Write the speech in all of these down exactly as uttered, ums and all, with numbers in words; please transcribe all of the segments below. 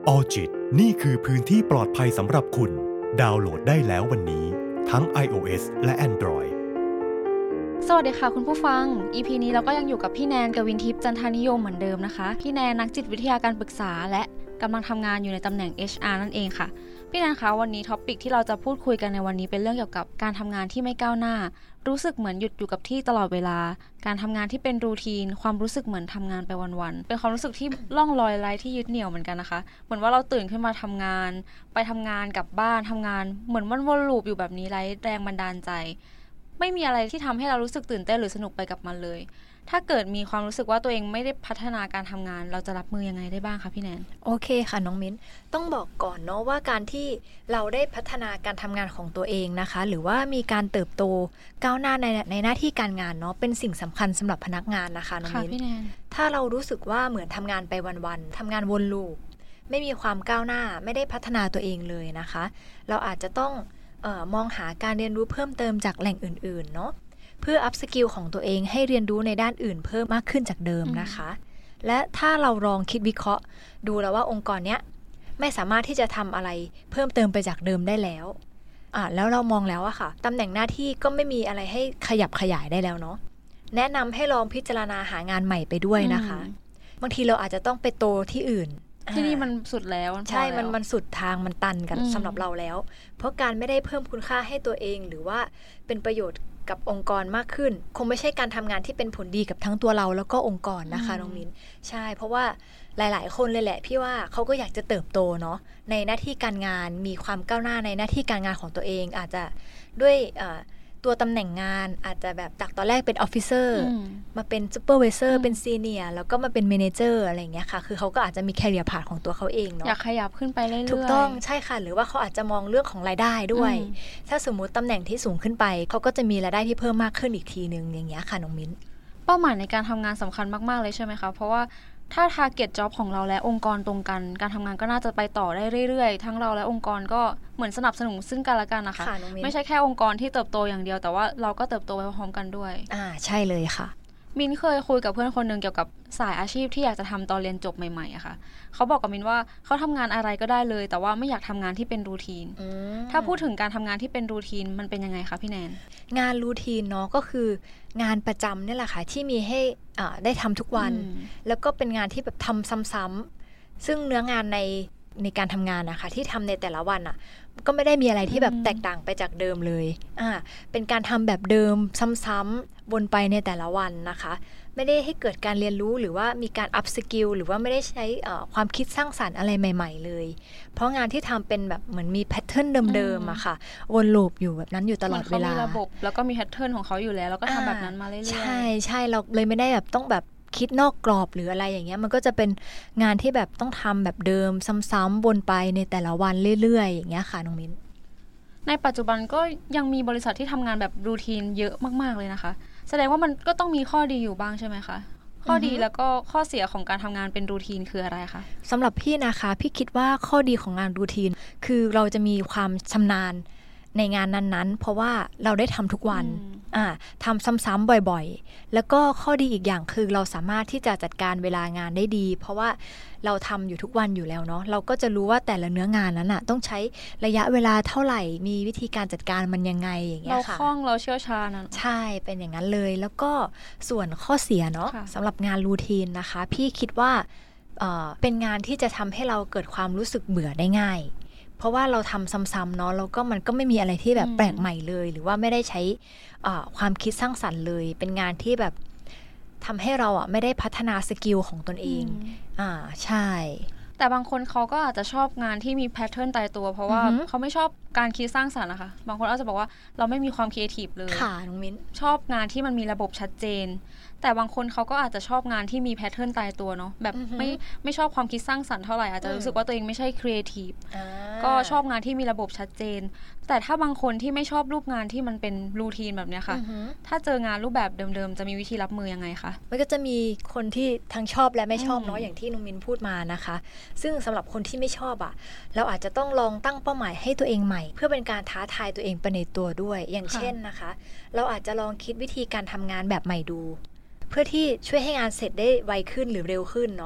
Alljit นี่คือพื้นที่ปลอดภัยสำหรับคุณดาวน์โหลดได้แล้ววันนี้ทั้ง iOS และ Android สวัสดีค่ะคุณผู้ฟัง อี พี นี้เราก็ยังอยู่กับพี่แนนกวินทิพย์จันทานิยมเหมือนเดิมนะคะพี่แนนนักจิตวิทยาการปรึกษาและกำลังทำงานอยู่ในตำแหน่ง เอช อาร์ นั่นเองค่ะพี่แนนคะวันนี้ท็อปิกที่เราจะพูดคุยกันในวันนี้เป็นเรื่องเกี่ยวกับการทำงานที่ไม่ก้าวหน้ารู้สึกเหมือนหยุดอยู่กับที่ตลอดเวลาการทำงานที่เป็นรูทีนความรู้สึกเหมือนทำงานไปวันๆเป็นความรู้สึกที่ล่องลอยไร้ที่ยึดเหนี่ยวเหมือนกันนะคะเหมือนว่าเราตื่นขึ้นมาทำงานไปทำงานกลับบ้านทำงานเหมือนวนลูปอยู่แบบนี้ไร้แรงบันดาลใจไม่มีอะไรที่ทำให้เรารู้สึกตื่นเต้นหรือสนุกไปกับมันเลยถ้าเกิดมีความรู้สึกว่าตัวเองไม่ได้พัฒนาการทำงานเราจะรับมือยังไงได้บ้างคะพี่แนนโอเคค่ะน้องมิ้นต้องบอกก่อนเนาะว่าการที่เราได้พัฒนาการทำงานของตัวเองนะคะหรือว่ามีการเติบโตก้าวหน้าในในหน้าที่การงานเนาะเป็นสิ่งสำคัญสำหรับพนักงานนะคะน้องมิ้นถ้าเรารู้สึกว่าเหมือนทำงานไปวันๆทำงานวนลูปไม่มีความก้าวหน้าไม่ได้พัฒนาตัวเองเลยนะคะเราอาจจะต้องเอ่อมองหาการเรียนรู้เพิ่มเติมจากแหล่งอื่นๆเนาะเพื่ออัพสกิลของตัวเองให้เรียนรู้ในด้านอื่นเพิ่มมากขึ้นจากเดิมนะคะและถ้าเราลองคิดวิเคราะห์ดูแล้วว่าองค์กรเนี้ยไม่สามารถที่จะทำอะไรเพิ่มเติมไปจากเดิมได้แล้วอ่ะแล้วเรามองแล้วอะค่ะตำแหน่งหน้าที่ก็ไม่มีอะไรให้ขยับขยายได้แล้วเนาะแนะนำให้ลองพิจารณาหางานใหม่ไปด้วยนะคะบางทีเราอาจจะต้องไปโตที่อื่นที่นี่มันสุดแล้วใช่มันมันสุดทางมันตันกันสำหรับเราแล้วเพราะการไม่ได้เพิ่มคุณค่าให้ตัวเองหรือว่าเป็นประโยชน์กับองค์กรมากขึ้นคงไม่ใช่การทำงานที่เป็นผลดีกับทั้งตัวเราแล้วก็องค์กรนะคะน้องมิ้นใช่เพราะว่าหลายๆคนเลยแหละพี่ว่าเขาก็อยากจะเติบโตเนาะในหน้าที่การงานมีความก้าวหน้าในหน้าที่การงานของตัวเองอาจจะด้วยตัวตำแหน่งงานอาจจะแบบจากตอนแรกเป็นออฟฟิเซอร์มาเป็นซูเปอร์ไวเซอร์เป็นซีเนียร์แล้วก็มาเป็นเมเนเจอร์อะไรอย่างเงี้ยค่ะคือเขาก็อาจจะมีแคเรียร์พาธของตัวเขาเองเนาะอยากขยับขึ้นไปเรื่อยๆถูกต้องใช่ค่ะหรือว่าเขาอาจจะมองเรื่องของรายได้ด้วยถ้าสมมุติตำแหน่งที่สูงขึ้นไปเขาก็จะมีรายได้ที่เพิ่มมากขึ้นอีกทีนึงอย่างเงี้ยค่ะน้องมิ้นเป้าหมายในการทำงานสำคัญมากๆเลยใช่ไหมคะเพราะว่าถ้า target job ของเราและองค์กรตรงกันการทำงานก็น่าจะไปต่อได้เรื่อยๆทั้งเราและองค์กรก็เหมือนสนับสนุนซึ่งกันและกันนะคะไม่ใช่แค่องค์กรที่เติบโตอย่างเดียวแต่ว่าเราก็เติบโตไปพร้อมกันด้วยอ่าใช่เลยค่ะมินเคยคุยกับเพื่อนคนนึงเกี่ยวกับสายอาชีพที่อยากจะทำตอนเรียนจบใหม่ๆอะค่ะเขาบอกกับมินว่าเขาทำงานอะไรก็ได้เลยแต่ว่าไม่อยากทำงานที่เป็นรูทีนถ้าพูดถึงการทำงานที่เป็นรูทีนมันเป็นยังไงคะพี่แนนงานรูทีนเนาะก็คืองานประจำนี่แหละค่ะที่มีให้อ่าได้ทำทุกวันแล้วก็เป็นงานที่แบบทำซ้ำๆซึ่งเนื้องานในในการทำงานนะคะที่ทำในแต่ละวันอ่ะก็ไม่ได้มีอะไรที่แบบแตกต่างไปจากเดิมเลยอ่าเป็นการทำแบบเดิมซ้ำๆวนไปในแต่ละวันนะคะไม่ได้ให้เกิดการเรียนรู้หรือว่ามีการอัพสกิลหรือว่าไม่ได้ใช้ความคิดสร้างสรรค์อะไรใหม่ๆเลยเพราะงานที่ทำเป็นแบบเหมือนมีแพทเทิร์นเดิมๆอะค่ะวนลูปอยู่แบบนั้นอยู่ตลอดเวลาเขามีระบบแล้วก็มีแพทเทิร์นของเขาอยู่แล้วแล้วก็ทำแบบนั้นมาเรื่อยๆใช่ใช่เราเลยไม่ได้แบบต้องแบบคิดนอกกรอบหรืออะไรอย่างเงี้ยมันก็จะเป็นงานที่แบบต้องทำแบบเดิมซ้ำๆวนไปในแต่ละวันเรื่อยๆอย่างเงี้ยค่ะน้องมิ้นในปัจจุบันก็ยังมีบริษัทที่ทำงานแบบรูทีนเยอะมากๆเลยนะคะแสดงว่ามันก็ต้องมีข้อดีอยู่บ้างใช่ไหมคะข้อดีแล้วก็ข้อเสียของการทำงานเป็นรูทีนคืออะไรคะสำหรับพี่นะคะพี่คิดว่าข้อดีของงานรูทีนคือเราจะมีความชำนาญในงานนั้นๆเพราะว่าเราได้ทำทุกวันอ่าทำซ้ำๆบ่อยๆแล้วก็ข้อดีอีกอย่างคือเราสามารถที่จะจัดการเวลางานได้ดีเพราะว่าเราทำอยู่ทุกวันอยู่แล้วเนาะเราก็จะรู้ว่าแต่ละเนื้องานนั้นอะต้องใช้ระยะเวลาเท่าไหร่มีวิธีการจัดการมันยังไงอย่างเงี้ยค่ะเราคล่องเราเชี่ยวชาญนะใช่เป็นอย่างนั้นเลยแล้วก็ส่วนข้อเสียเนาะสำหรับงานรูทีนนะคะพี่คิดว่าเอ่อเป็นงานที่จะทำให้เราเกิดความรู้สึกเบื่อได้ง่ายเพราะว่าเราทำซ้ำๆเนาะแล้วก็มันก็ไม่มีอะไรที่แบบแปลกใหม่เลยหรือว่าไม่ได้ใช้ความคิดสร้างสรรค์เลยเป็นงานที่แบบทำให้เราอ่ะไม่ได้พัฒนาสกิลของตนเองอ่าใช่แต่บางคนเขาก็อาจจะชอบงานที่มีแพทเทิร์นตายตัวเพราะว่าเขาไม่ชอบการคิดสร้างสรรค์นะคะบางคนอาจจะบอกว่าเราไม่มีความครีเอทีฟเลยค่ะน้องมิ้นชอบงานที่มันมีระบบชัดเจนแต่บางคนเขาก็อาจจะชอบงานที่มีแพทเทิร์นตายตัวเนาะแบบไม่ไม่ชอบความคิดสร้างสรรค์เท่าไหร่อาจจะรู้สึกว่าตัวเองไม่ใช่ครีเอทีฟก็ชอบงานที่มีระบบชัดเจนแต่ถ้าบางคนที่ไม่ชอบรูปงานที่มันเป็นรูทีนแบบนี้ค่ะถ้าเจองานรูปแบบเดิมๆจะมีวิธีรับมือยังไงคะมันก็จะมีคนที่ทั้งชอบและไม่ชอบเนาะอย่างที่น้องมิ้นพูดมานะคะซึ่งสำหรับคนที่ไม่ชอบอ่ะเราอาจจะต้องลองตั้งเป้าหมายให้ตัวเองใหม่เพื่อเป็นการท้าทายตัวเองไปในตัวด้วยอย่างเช่นนะคะเราอาจจะลองคิดวิธีการทำงานแบบใหม่ดูเพื่อที่ช่วยให้งานเสร็จได้ไวขึ้นหรือเร็วขึ้นเนาะ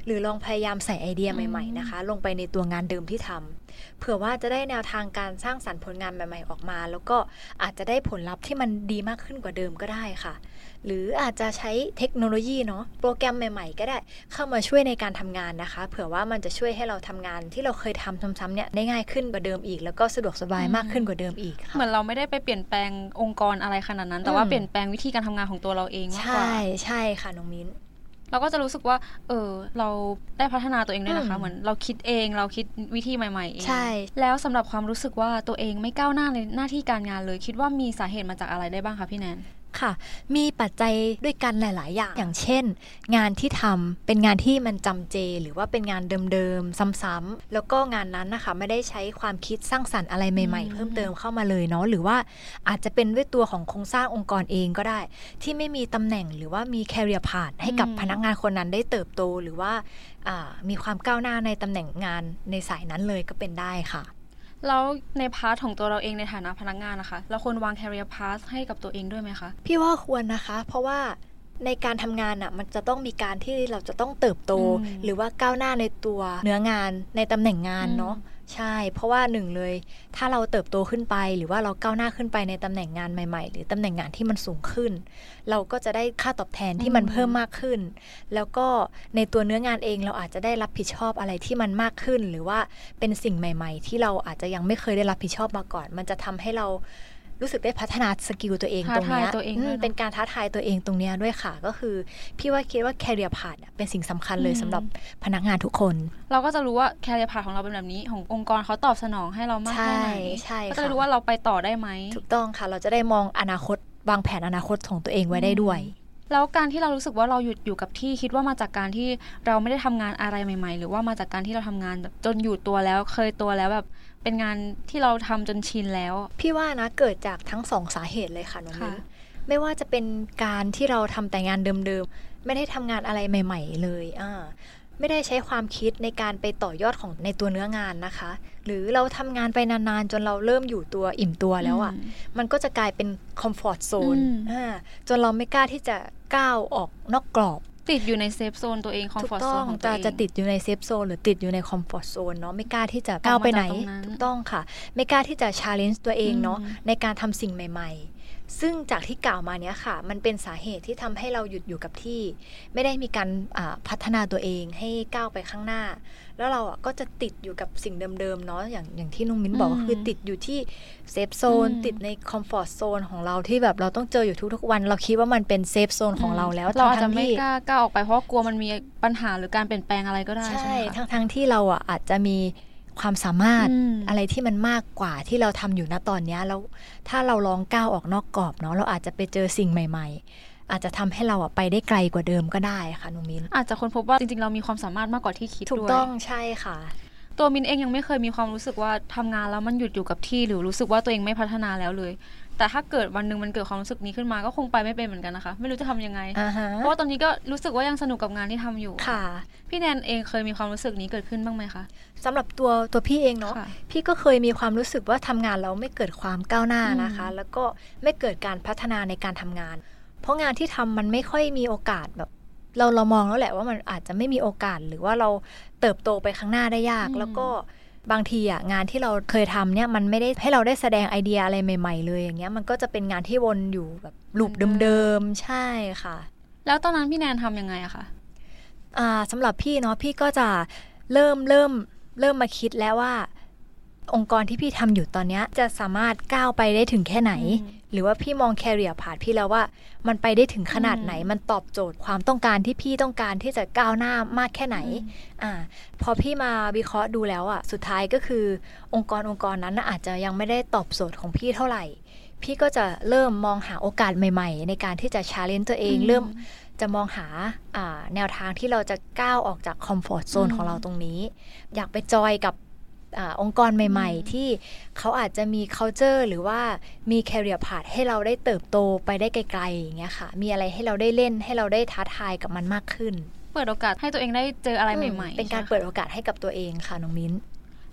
หรือลองพยายามใส่ไอเดียใหม่ๆนะคะลงไปในตัวงานเดิมที่ทำเผื่อว่าจะได้แนวทางการสร้างสรรค์ผลงานใหม่ๆออกมาแล้วก็อาจจะได้ผลลัพธ์ที่มันดีมากขึ้นกว่าเดิมก็ได้ค่ะหรืออาจจะใช้เทคโนโลยีเนาะโปรแกรมใหม่ๆก็ได้เข้ามาช่วยในการทำงานนะคะเผื่อว่ามันจะช่วยให้เราทำงานที่เราเคยทำซ้ำๆเนี่ยได้ง่ายขึ้นกว่าเดิมอีกแล้วก็สะดวกสบายมากขึ้นกว่าเดิมอีกค่ะเหมือนเราไม่ได้ไปเปลี่ยนแปลงองค์กรอะไรขนาดนั้นแต่ว่าเปลี่ยนแปลงวิธีการทำงานของตัวเราเองมากกว่าใช่ใช่ค่ะน้องมิ้นเราก็จะรู้สึกว่าเออเราได้พัฒนาตัวเองด้วยนะคะเหมือนเราคิดเองเราคิดวิธีใหม่ๆเองใช่แล้วสำหรับความรู้สึกว่าตัวเองไม่ก้าวหน้าในหน้าที่การงานเลยคิดว่ามีสาเหตุมาจากอะไรได้บ้างคะพี่แนนค่ะมีปัจจัยด้วยกันหลายๆอย่างอย่างเช่นงานที่ทำเป็นงานที่มันจำเจหรือว่าเป็นงานเดิมๆซ้ำๆแล้วก็งานนั้นนะคะไม่ได้ใช้ความคิดสร้างสรรค์อะไรใหม่ๆเพิ่มเติมเข้ามาเลยเนาะหรือว่าอาจจะเป็นด้วยตัวของโครงสร้างองค์กรเองก็ได้ที่ไม่มีตำแหน่งหรือว่ามี career path ให้กับพนักงานคนนั้นได้เติบโตหรือว่ามีความก้าวหน้าในตำแหน่งงานในสายนั้นเลยก็เป็นได้ค่ะแล้วในพาร์ทของตัวเราเองในฐานะพนักงานนะคะเราควรวาง career path ให้กับตัวเองด้วยไหมคะพี่ว่าควรนะคะเพราะว่าในการทำงานอ่ะมันจะต้องมีการที่เราจะต้องเติบโตหรือว่าก้าวหน้าในตัวเนื้องานในตำแหน่งงานเนาะใช่เพราะว่าหนึ่งเลยถ้าเราเติบโตขึ้นไปหรือว่าเราก้าวหน้าขึ้นไปในตำแหน่งงานใหม่ๆหรือตำแหน่งงานที่มันสูงขึ้นเราก็จะได้ค่าตอบแทนที่มันเพิ่มมากขึ้นแล้วก็ในตัวเนื้องานเองเราอาจจะได้รับผิดชอบอะไรที่มันมากขึ้นหรือว่าเป็นสิ่งใหม่ๆที่เราอาจจะยังไม่เคยได้รับผิดชอบมาก่อนมันจะทำให้เรารู้สึกได้พัฒนาสกิลตัวเองตรงนี้เป็นการท้าทายตัวเองตรงนี้ด้วยค่ะก็คือพี่ว่าคิดว่า career path เป็นสิ่งสำคัญเลยสำหรับพนักงานทุกคนเราก็จะรู้ว่า career path ของเราเป็นแบบนี้ขององค์กรเขาตอบสนองให้เรามากแค่ไหนก็จะรู้ว่าเราไปต่อได้ไหมถูกต้องค่ะเราจะได้มองอนาคตวางแผนอนาคตของตัวเองไว้ได้ด้วยแล้วการที่เรารู้สึกว่าเราหยุดอยู่กับที่คิดว่ามาจากการที่เราไม่ได้ทำงานอะไรใหม่ๆหรือว่ามาจากการที่เราทำงานแบบจนอยู่ตัวแล้วเคยตัวแล้วแบบเป็นงานที่เราทำจนชินแล้วพี่ว่านะเกิดจากทั้งสองสาเหตุเลยค่ะน้องมิ้นไม่ว่าจะเป็นการที่เราทำแต่งานเดิมๆไม่ได้ทำงานอะไรใหม่ๆเลยอ่าไม่ได้ใช้ความคิดในการไปต่อยอดของในตัวเนื้องานนะคะหรือเราทำงานไปนานๆจนเราเริ่มอยู่ตัวอิ่มตัวแล้วอ่ะมันก็จะกลายเป็นคอมฟอร์ตโซนจนเราไม่กล้าที่จะก้าวออกนอกกรอบติดอยู่ในเซฟโซนตัวเองคอมฟอร์ตโซนของตัวเองจะติดอยู่ในเซฟโซนหรือติดอยู่ในคอมฟอร์ตโซนเนาะไม่กล้าที่จะก้าวไปไหนถูกต้องค่ะไม่กล้าที่จะชาเลนจ์ตัวเองเนาะในการทำสิ่งใหม่ๆซึ่งจากที่กล่าวมาเนี้ยค่ะมันเป็นสาเหตุที่ทำให้เราหยุดอยู่กับที่ไม่ได้มีการพัฒนาตัวเองให้ก้าวไปข้างหน้าแล้วเราอ่ะก็จะติดอยู่กับสิ่งเดิมๆเนาะอย่างอย่างที่นุ่มมิ้นบอกก็คือติดอยู่ที่เซฟโซนติดในคอมฟอร์ตโซนของเราที่แบบเราต้องเจออยู่ทุกๆวันเราคิดว่ามันเป็นเซฟโซนของเราแล้วเราอาจจะไม่กล้าก้าวออกไปเพราะกลัวมันมีปัญหาหรือการเปลี่ยนแปลงอะไรก็ได้ใช่ไหมคะทั้งๆที่เราอ่ะอาจจะมีความสามารถอะไรที่มันมากกว่าที่เราทำอยู่ณตอนนี้แล้วถ้าเราลองก้าวออกนอกกรอบเนาะเราอาจจะไปเจอสิ่งใหม่ๆอาจจะทำให้เราไปได้ไกลกว่าเดิมก็ได้ค่ะนุมินอาจจะค้นพบว่าจริงๆเรามีความสามารถมากกว่าที่คิดด้วยถูกต้องใช่ค่ะตัวมินเองยังไม่เคยมีความรู้สึกว่าทำงานแล้วมันหยุดอยู่กับที่หรือรู้สึกว่าตัวเองไม่พัฒนาแล้วเลยแต่ถ้าเกิดวันนึงมันเกิดความรู้สึกนี้ขึ้นมาก็คงไปไม่เป็นเหมือนกันนะคะไม่รู้จะทำยังไง uh-huh. เพราะว่าตอนนี้ก็รู้สึกว่ายังสนุกกับงานที่ทำอยู่ค่ะพี่แนนเองเคยมีความรู้สึกนี้เกิดขึ้นบ้างไหมคะสำหรับตัวตัวพี่เองเนาะพี่ก็เคยมีความรู้สึกว่าทำงานแล้วไม่เกิดความก้าวหน้านะคะแล้วก็ไม่เกิดการพัฒนาในการทำงานเพราะงานที่ทำมันไม่ค่อยมีโอกาสแบบเราเรามองแล้วแหละว่ามันอาจจะไม่มีโอกาสหรือว่าเราเติบโตไปข้างหน้าได้ยากแล้วก็บางทีอ่ะงานที่เราเคยทำเนี่ยมันไม่ได้ให้เราได้แสดงไอเดียอะไรใหม่ๆเลยอย่างเงี้ยมันก็จะเป็นงานที่วนอยู่แบบลูปเดิมๆใช่ค่ะแล้วตอนนั้นพี่แนนทำยังไงอะคะอ่าสำหรับพี่เนาะพี่ก็จะเริ่มเริ่มเริ่มมาคิดแล้วว่าองค์กรที่พี่ทำอยู่ตอนนี้จะสามารถก้าวไปได้ถึงแค่ไหนหรือว่าพี่มอง career path พี่แล้วว่ามันไปได้ถึงขนาดไหนมันตอบโจทย์ความต้องการที่พี่ต้องการที่จะก้าวหน้ามากแค่ไหนอ่าพอพี่มาวิเคราะห์ดูแล้วอ่ะสุดท้ายก็คือองค์กรองค์กรนั้นอาจจะยังไม่ได้ตอบโจทย์ของพี่เท่าไหร่พี่ก็จะเริ่มมองหาโอกาสใหม่ๆในการที่จะ challenge ตัวเองเริ่มจะมองหาแนวทางที่เราจะก้าวออกจากคอมฟอร์ตโซนของเราตรงนี้อยากไปจอยกับอองค์กรใหม่ๆที่เขาอาจจะมี culture หรือว่ามี career path ให้เราได้เติบโตไปได้ไกลๆอย่างเงี้ยค่ะมีอะไรให้เราได้เล่นให้เราได้ท้าทายกับมันมากขึ้นเปิดโอกาสให้ตัวเองได้เจออะไรใหม่ๆเป็นการเปิดโอกาสให้กับตัวเองค่ะน้องมิ้น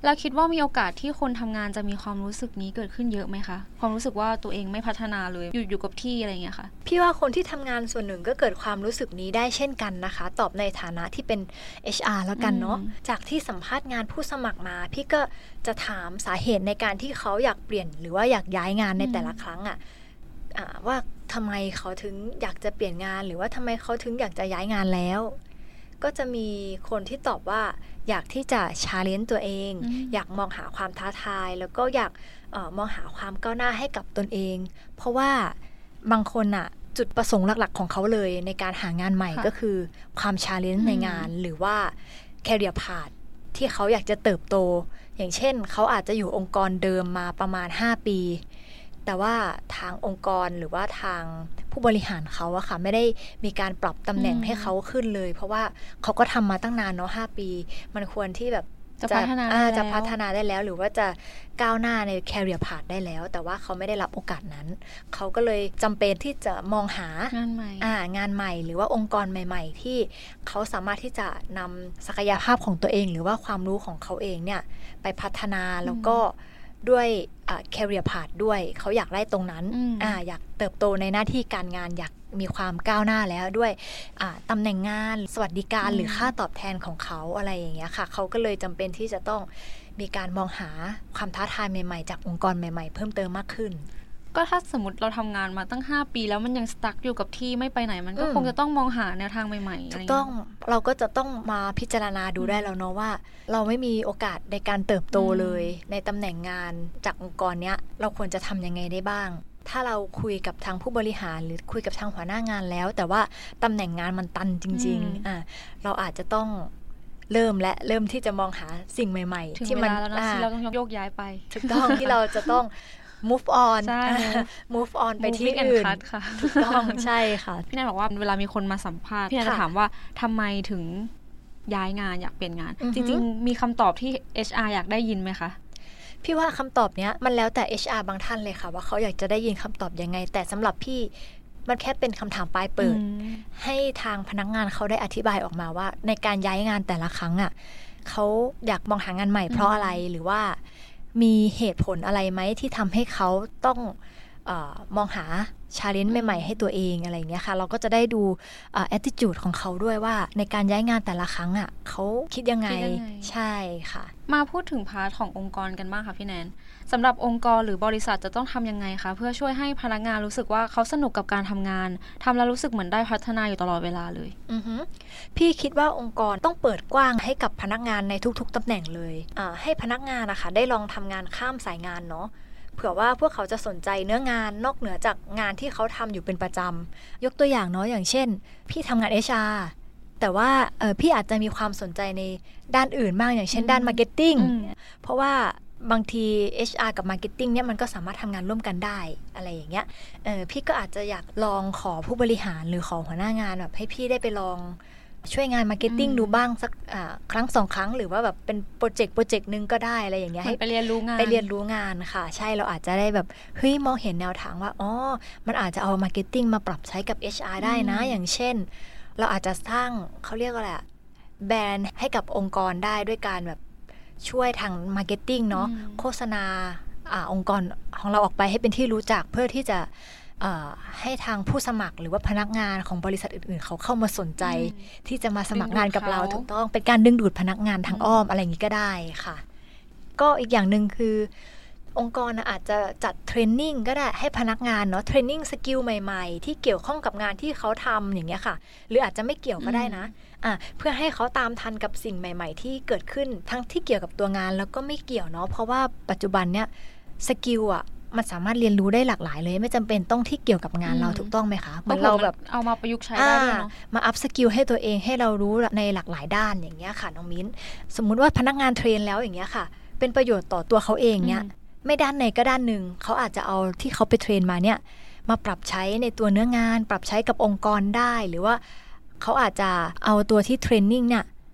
เราคิดว่ามีโอกาสที่คนทำงานจะมีความรู้สึกนี้เกิดขึ้นเยอะไหมคะความรู้สึกว่าตัวเองไม่พัฒนาเลยอยู่อยู่กับที่อะไรอย่างเงี้ยค่ะพี่ว่าคนที่ทำงานส่วนหนึ่งก็เกิดความรู้สึกนี้ได้เช่นกันนะคะตอบในฐานะที่เป็น เอช อาร์ แล้วกันเนาะจากที่สัมภาษณ์งานผู้สมัครมาพี่ก็จะถามสาเหตุในการที่เขาอยากเปลี่ยนหรือว่าอยากย้ายงานในแต่ละครั้งอะว่าทำไมเขาถึงอยากจะเปลี่ยนงานหรือว่าทำไมเขาถึงอยากจะย้ายงานแล้วก็จะมีคนที่ตอบว่าอยากที่จะชาเลนจ์ตัวเองอยากมองหาความท้าทายแล้วก็อยากเอ่อมองหาความก้าวหน้าให้กับตนเองเพราะว่าบางคนอะจุดประสงค์หลักๆของเขาเลยในการหางานใหม่ก็คือความชาเลนจ์ในงานหรือว่า career path ที่เขาอยากจะเติบโตอย่างเช่นเขาอาจจะอยู่องค์กรเดิมมาประมาณห้าปีแต่ว่าทางองค์กรหรือว่าทางผู้บริหารเขาอะค่ะไม่ได้มีการปรับตำแหน่งให้เขาขึ้นเลยเพราะว่าเขาก็ทำมาตั้งนานเนาะห้าปีมันควรที่แบบจะพัฒนาจะพัฒนาได้แล้วหรือว่าจะก้าวหน้าใน career path ได้แล้วแต่ว่าเขาไม่ได้รับโอกาสนั้นเขาก็เลยจำเป็นที่จะมองหางานใหม่อ่างานใหม่หรือว่าองค์กรใหม่ๆที่เขาสามารถที่จะนำศักยภาพของตัวเองหรือว่าความรู้ของเขาเองเนี่ยไปพัฒนาแล้วก็ด้วย career path ด้วยเขาอยากได้ตรงนั้น อ, อยากเติบโตในหน้าที่การงานอยากมีความก้าวหน้าแล้วด้วยตำแหน่งงานสวัสดิการหรือค่าตอบแทนของเขาอะไรอย่างเงี้ยค่ะเขาก็เลยจำเป็นที่จะต้องมีการมองหาความท้าทายใหม่ๆจากองค์กรใหม่ๆเพิ่มเติมมากขึ้นก็ถ้าสมมติเราทำงานมาตั้งห้าปีแล้วมันยังสตั๊กอยู่กับที่ไม่ไปไหนมันก็คงจะต้องมองหาแนวทางใหม่ๆถูกต้องเราก็จะต้องมาพิจารณาดูได้แล้วเนาะว่าเราไม่มีโอกาสในการเติบโตเลยในตำแหน่งงานจากองค์กรเนี้ยเราควรจะทำยังไงได้บ้างถ้าเราคุยกับทางผู้บริหารหรือคุยกับทางหัวหน้างานแล้วแต่ว่าตำแหน่งงานมันตันจริงๆอ่ะเราอาจจะต้องเริ่มและเริ่มที่จะมองหาสิ่งใหม่ๆที่มันที่เราต้องโยกย้ายไปถูกต้องที่เราจะต้องmove on move on ไปที่อื่นถูกต้องใช่ค่ะพี่แนนบอกว่าเวลามีคนมาสัมภาษณ์พี่แนนจะถามว่าทำไมถึงย้ายงานอยากเปลี่ยนงานจริงๆมีคำตอบที่ เอช อาร์ อยากได้ยินไหมคะพี่ว่าคำตอบเนี้ยมันแล้วแต่ เอช อาร์ บางท่านเลยค่ะว่าเขาอยากจะได้ยินคำตอบยังไงแต่สำหรับพี่มันแค่เป็นคำถามปลายเปิดให้ทางพนักงานเขาได้อธิบายออกมาว่าในการย้ายงานแต่ละครั้งอ่ะเขาอยากมองหางานใหม่เพราะอะไรหรือว่ามีเหตุผลอะไรไหมที่ทำให้เขาต้องเอ่อมองหา challenge ใหม่ๆให้ตัวเองอะไรอย่างเงี้ยค่ะเราก็จะได้ดูเอ่อ attitude ของเขาด้วยว่าในการย้ายงานแต่ละครั้งอ่ะเขาคิดยังไงใช่ค่ะมาพูดถึงพาร์ทขององค์กรกันบ้างค่ะพี่แนนสำหรับองค์กรหรือบริษัทจะต้องทำยังไงคะเพื่อช่วยให้พนักงานรู้สึกว่าเขาสนุกกับการทำงานทำแล้วรู้สึกเหมือนได้พัฒนาอยู่ตลอดเวลาเลยอือฮึพี่คิดว่าองค์กรต้องเปิดกว้างให้กับพนักงานในทุกๆตำแหน่งเลยอ่าให้พนักงานนะคะได้ลองทำงานข้ามสายงานเนาะเผื่อว่าพวกเขาจะสนใจเนื้องานนอกเหนือจากงานที่เขาทำอยู่เป็นประจำยกตัวอย่างเนาะอย่างเช่นพี่ทำงาน เอช อาร์ แต่ว่าเออพี่อาจจะมีความสนใจในด้านอื่นบ้างอย่างเช่นด้านมาร์เก็ตติ้งเพราะว่าบางที เอช อาร์ กับ Marketing เนี่ยมันก็สามารถทำงานร่วมกันได้อะไรอย่างเงี้ยเออพี่ก็อาจจะอยากลองขอผู้บริหารหรือขอหัวหน้างานแบบให้พี่ได้ไปลองช่วยงาน Marketing ดูบ้างสักครั้งสองครั้งหรือว่าแบบเป็นโปรเจกต์โปรเจกต์นึงก็ได้อะไรอย่างเงี้ยให้ไปเรียนรู้งานไปเรียนรู้งานค่ะใช่เราอาจจะได้แบบเฮ้ยมองเห็นแนวทางว่าอ๋อมันอาจจะเอา Marketing มาปรับใช้กับ เอช อาร์ ได้นะอย่างเช่นเราอาจจะสร้างเขาเรียกว่าอะไรแบรนด์ให้กับองค์กรได้ด้วยการแบบช่วยทางมาร์เก็ตติ้งเนาะโฆษณาอ่าองค์กรของเราออกไปให้เป็นที่รู้จักเพื่อที่จะให้ทางผู้สมัครหรือว่าพนักงานของบริษัทอื่นๆเขาเข้ามาสนใจที่จะมาสมัครงานกับเราถูกต้องเป็นการดึงดูดพนักงานทางอ้อมอะไรอย่างนี้ก็ได้ค่ะก็อีกอย่างนึงคือองค์กรอาจจะจัดเทรนนิ่งก็ได้ให้พนักงานเนาะเทรนนิ่งสกิลใหม่ๆที่เกี่ยวข้องกับงานที่เขาทำอย่างเงี้ยค่ะหรืออาจจะไม่เกี่ยวก็ได้นะอ่ะเพื่อให้เขาตามทันกับสิ่งใหม่ๆที่เกิดขึ้นทั้งที่เกี่ยวกับตัวงานแล้วก็ไม่เกี่ยวเนาะเพราะว่าปัจจุบันเนี้ยสกิลอ่ะมันสามารถเรียนรู้ได้หลากหลายเลยไม่จำเป็นต้องที่เกี่ยวกับงานเราถูกต้องไหมคะเหมือนเราแบบเอามาประยุกต์ใช้ได้ด้วยเนาะมาอัพสกิลให้ตัวเองให้เรารู้ในหลากหลายด้านอย่างเงี้ยค่ะน้องมิ้นสมมุติว่าพนักงานเทรนแล้วอย่างเงี้ยค่ะเป็นประโยชน์ต่อตัวเขาเองเนี้ยไม่ด้านไหนก็ด้านหนึ่งเขาอาจจะเอาที่เขาไปเทรนมาเนี่ยมาปรับใช้ในตัวเนื้องานปรับใช้กับองค์กรได้หรือว่าเขาอาจจะเอาตัวที่เทรนนิ่งเนี่ย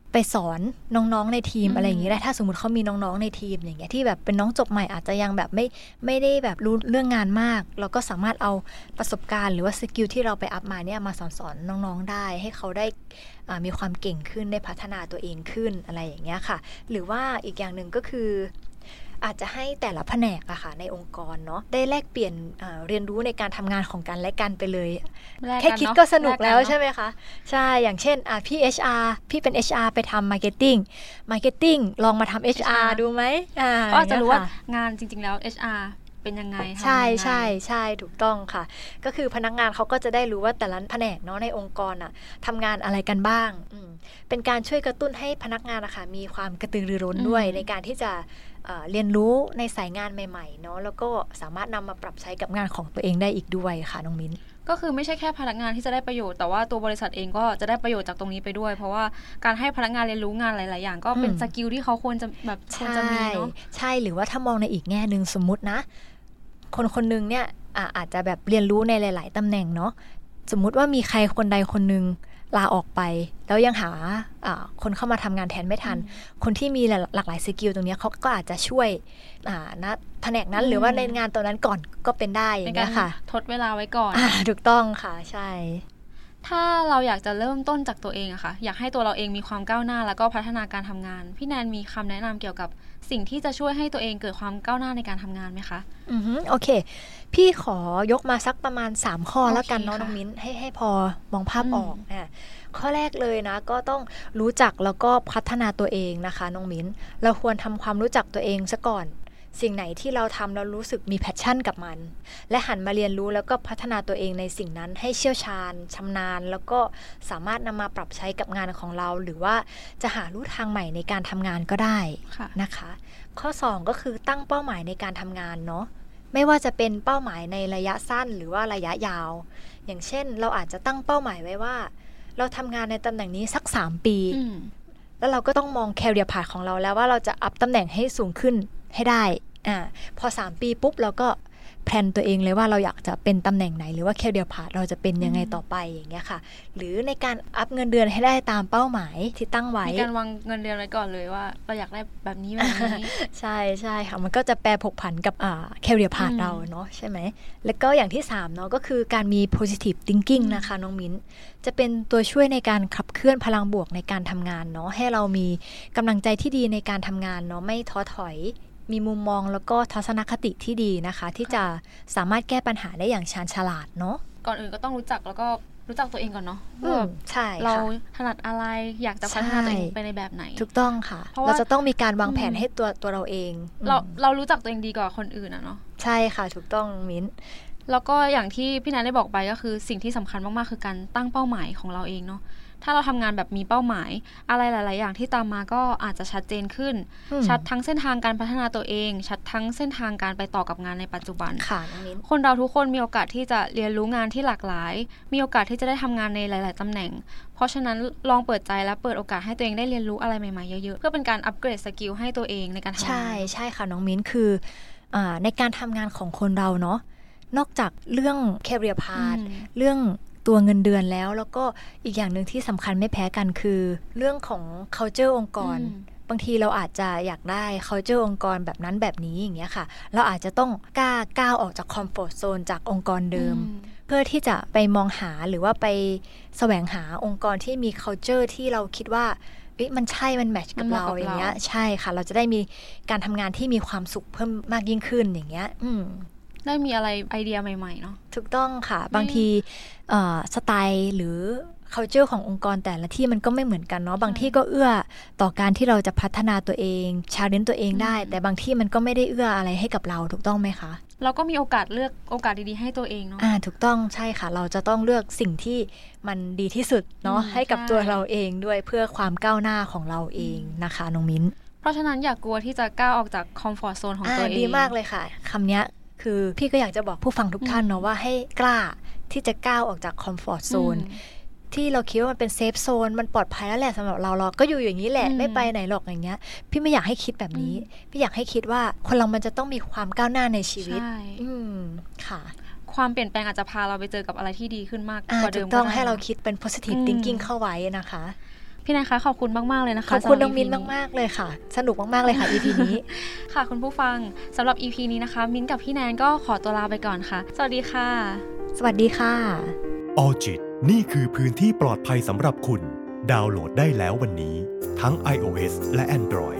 ไปสอนน้องๆในทีม อ, อะไรอย่างนี้ได้ถ้าสมมติเขามีน้องๆในทีมอย่างเงี้ยที่แบบเป็นน้องจบใหม่อาจจะยังแบบไม่ไม่ได้แบบรู้เรื่องงานมากเราก็สามารถเอาประสบการณ์หรือว่าสกิลที่เราไปอัพมาเนี่ยมาสอนสอนน้องๆได้ให้เขาได้มีความเก่งขึ้นได้พัฒนาตัวเองขึ้นอะไรอย่างเงี้ยค่ะหรือว่าอีกอย่างหนึ่งก็คืออาจจะให้แต่ละแผนกอะค่ะในองค์กรเนาะได้แลกเปลี่ยน เอ่อ เรียนรู้ในการทำงานของกันและกันไปเลยแค่คิดก็สนุกแล้วใช่ไหมคะใช่อย่างเช่นอ่ะพี่ เอช อาร์ พี่เป็น เอช อาร์ ไปทำ Marketing Marketing ลองมาทำ เอช อาร์ ดูไหมอ่าก็อาจจะรู้ว่างานจริงๆแล้ว เอช อาร์ เป็นยังไงใช่ใช่ใช่ถูกต้องค่ะก็คือพนักงานเขาก็จะได้รู้ว่าแต่ละแผนกเนาะในองค์กรอะทำงานอะไรกันบ้างเป็นการช่วยกระตุ้นให้พนักงานนะคะมีความกระตือรือร้นด้วยในการที่จะเรียนรู้ในสายงานใหม่ๆเนาะแล้วก็สามารถนำมาปรับใช้กับงานของตัวเองได้อีกด้วยค่ะน้องมิ้นก็คือไม่ใช่แค่พนักงานที่จะได้ประโยชน์แต่ว่าตัวบริษัทเองก็จะได้ประโยชน์จากตรงนี้ไปด้วยเพราะว่าการให้พนักงานเรียนรู้งานหลายๆอย่างก็เป็นสกิลที่เขาควรจะแบบควรจะมีเนาะใช่หรือว่าถ้ามองในอีกแง่นึงสมมุตินะคนคนนึงเนี่ย อา, อาจจะแบบเรียนรู้ในหลายๆตำแหน่งเนาะสมมุติว่ามีใครคนใดคนนึงลาออกไปแล้วยังหาคนเข้ามาทำงานแทนไม่ทันคนที่มีหลากหลายสกิลตรงนี้เขาก็อาจจะช่วยนะแผนกนั้นหรือว่าในงานตรงนั้นก่อนก็เป็นได้อย่างเงี้ยค่ะทดเวลาไว้ก่อนถูกต้องค่ะใช่ถ้าเราอยากจะเริ่มต้นจากตัวเองอะค่ะอยากให้ตัวเราเองมีความก้าวหน้าแล้วก็พัฒนาการทำงานพี่แนนมีคำแนะนำเกี่ยวกับสิ่งที่จะช่วยให้ตัวเองเกิดความก้าวหน้าในการทำงานไหมคะอือฮึโอเคพี่ขอยกมาสักประมาณสามข้อแล้วกันเนาะน้องมิ้นให้ให้พอมองภาพออกอ่ะข้อแรกเลยนะก็ต้องรู้จักแล้วก็พัฒนาตัวเองนะคะน้องมิ้นเราควรทำความรู้จักตัวเองซะก่อนสิ่งไหนที่เราทำแล้วรู้สึกมีแพชชั่นกับมันและหันมาเรียนรู้แล้วก็พัฒนาตัวเองในสิ่งนั้นให้เชี่ยวชาญชำนาญแล้วก็สามารถนำมาปรับใช้กับงานของเราหรือว่าจะหาลู่ทางใหม่ในการทำงานก็ได้นะคะข้อสองก็คือตั้งเป้าหมายในการทำงานเนาะไม่ว่าจะเป็นเป้าหมายในระยะสั้นหรือว่าระยะยาวอย่างเช่นเราอาจจะตั้งเป้าหมายไว้ว่าเราทำงานในตำแหน่งนี้สักสามปีแล้วเราก็ต้องมองแคเรียร์พาธของเราแล้วว่าเราจะอัพตำแหน่งให้สูงขึ้นให้ได้อ่าพอสามปีปุ๊บเราก็แพลนตัวเองเลยว่าเราอยากจะเป็นตำแหน่งไหนหรือว่าแคเรียร์พาธเราจะเป็นยังไงต่อไปอย่างเงี้ยค่ะหรือในการอัพเงินเดือนให้ได้ตามเป้าหมายที่ตั้งไว้มีการวางเงินเดือนไว้ก่อนเลยว่าเราอยากได้แบบนี้แบบนี้ใช่ใช่ค่ะมันก็จะแปรผกผันกับอ่าแคเรียร์พาธเราเนาะใช่ไหมแล้วก็อย่างที่สามเนาะก็คือการมี positive thinking นะคะน้องมิ้นจะเป็นตัวช่วยในการขับเคลื่อนพลังบวกในการทำงานเนาะให้เรามีกำลังใจที่ดีในการทำงานเนาะไม่ท้อถอยมีมุมมองแล้วก็ทัศนคติที่ดีนะคะที่จะสามารถแก้ปัญหาได้อย่างชาญฉลาดเนาะก่อนอื่นก็ต้องรู้จักแล้วก็รู้จักตัวเองก่อนเนาะใช่เราถนัดอะไรอยากจะพัฒนาตัวเองไปในแบบไหนถูกต้องค่ะเราจะต้องมีการวางแผนให้ตัวตัวเราเองเราเรารู้จักตัวเองดีกว่าคนอื่นอะเนาะใช่ค่ะถูกต้องมิ้นแล้วก็อย่างที่พี่นันได้บอกไปก็คือสิ่งที่สำคัญมากๆคือการตั้งเป้าหมายของเราเองเนาะถ้าเราทำงานแบบมีเป้าหมายอะไรหลายๆอย่างที่ตามมาก็อาจจะชัดเจนขึ้นชัดทั้งเส้นทางการพัฒนาตัวเองชัดทั้งเส้นทางการไปต่อกับงานในปัจจุบันค่ะน้องมิ้นคนเราทุกคนมีโอกาสที่จะเรียนรู้งานที่หลากหลายมีโอกาสที่จะได้ทำงานในหลายๆตำแหน่งเพราะฉะนั้นลองเปิดใจและเปิดโอกาสให้ตัวเองได้เรียนรู้อะไรใหม่ๆเยอะๆเพื่อเป็นการอัปเกรดสกิลให้ตัวเองในการทำงานใช่ใช่ค่ะน้องมิ้นคือในการทำงานของคนเราเนาะนอกจากเรื่อง career path เรื่องตัวเงินเดือนแล้วแล้วก็อีกอย่างหนึ่งที่สำคัญไม่แพ้กันคือเรื่องของ culture องค์กรบางทีเราอาจจะอยากได้ culture องค์กรแบบนั้นแบบนี้อย่างเงี้ยค่ะเราอาจจะต้องกล้าก้าวออกจาก comfort zone จากองค์กรเดิมเพื่อที่จะไปมองหาหรือว่าไปแสวงหาองค์กรที่มี culture ที่เราคิดว่ามันใช่มันแมทช์กับเราอย่างเงี้ยใช่ค่ะเราจะได้มีการทำงานที่มีความสุขเพิ่มมากยิ่งขึ้นอย่างเงี้ยอืมได้มีอะไรไอเดียใหม่ๆเนาะถูกต้องค่ะบางทีสไตล์หรือ culture ขององค์กรแต่ละที่มันก็ไม่เหมือนกันเนาะบางที่ก็เอื้อต่อการที่เราจะพัฒนาตัวเองชาเลนจ์ตัวเองได้แต่บางที่มันก็ไม่ได้เอื้ออะไรให้กับเราถูกต้องไหมคะเราก็มีโอกาสเลือกโอกาสดีๆให้ตัวเองเนาะอ่าถูกต้องใช่ค่ะเราจะต้องเลือกสิ่งที่มันดีที่สุดเนาะให้กับตัวเราเองด้วยเพื่อความก้าวหน้าของเราเองนะคะน้องมิ้นเพราะฉะนั้นอย่ากลัวที่จะก้าวออกจากคอมฟอร์ตโซนของตัวเองดีมากเลยค่ะคำนี้คือพี่ก็อยากจะบอกผู้ฟังทุกท่านเนาะว่าให้กล้าที่จะก้าวออกจากคอมฟอร์ตโซนที่เราคิดว่ามันเป็นเซฟโซนมันปลอดภัยแล้วแหละสำหรับเราเราก็อยู่อย่างนี้แหละไม่ไปไหนหรอกอย่างเงี้ยพี่ไม่อยากให้คิดแบบนี้พี่อยากให้คิดว่าคนเรามันจะต้องมีความก้าวหน้าในชีวิตอืมค่ะความเปลี่ยนแปลงอาจจะพาเราไปเจอกับอะไรที่ดีขึ้นมากกว่าเดิมต้องให้เราคิดเป็น positive thinking เข้าไว้นะคะพี่แนนคะขอบคุณมากๆเลยนะคะขอบคุณน้องมิ้นมากๆเลยค่ะสนุกมากๆเลยค่ะ อี พี นี้ค่ะคุณผู้ฟังสำหรับ อี พี นี้นะคะมิ้นกับพี่แนนก็ขอตัวลาไปก่อนค่ะสวัสดีค่ะสวัสดีค่ะ Alljit นี่คือพื้นที่ปลอดภัยสำหรับคุณดาวน์โหลดได้แล้ววันนี้ทั้ง iOS และ Android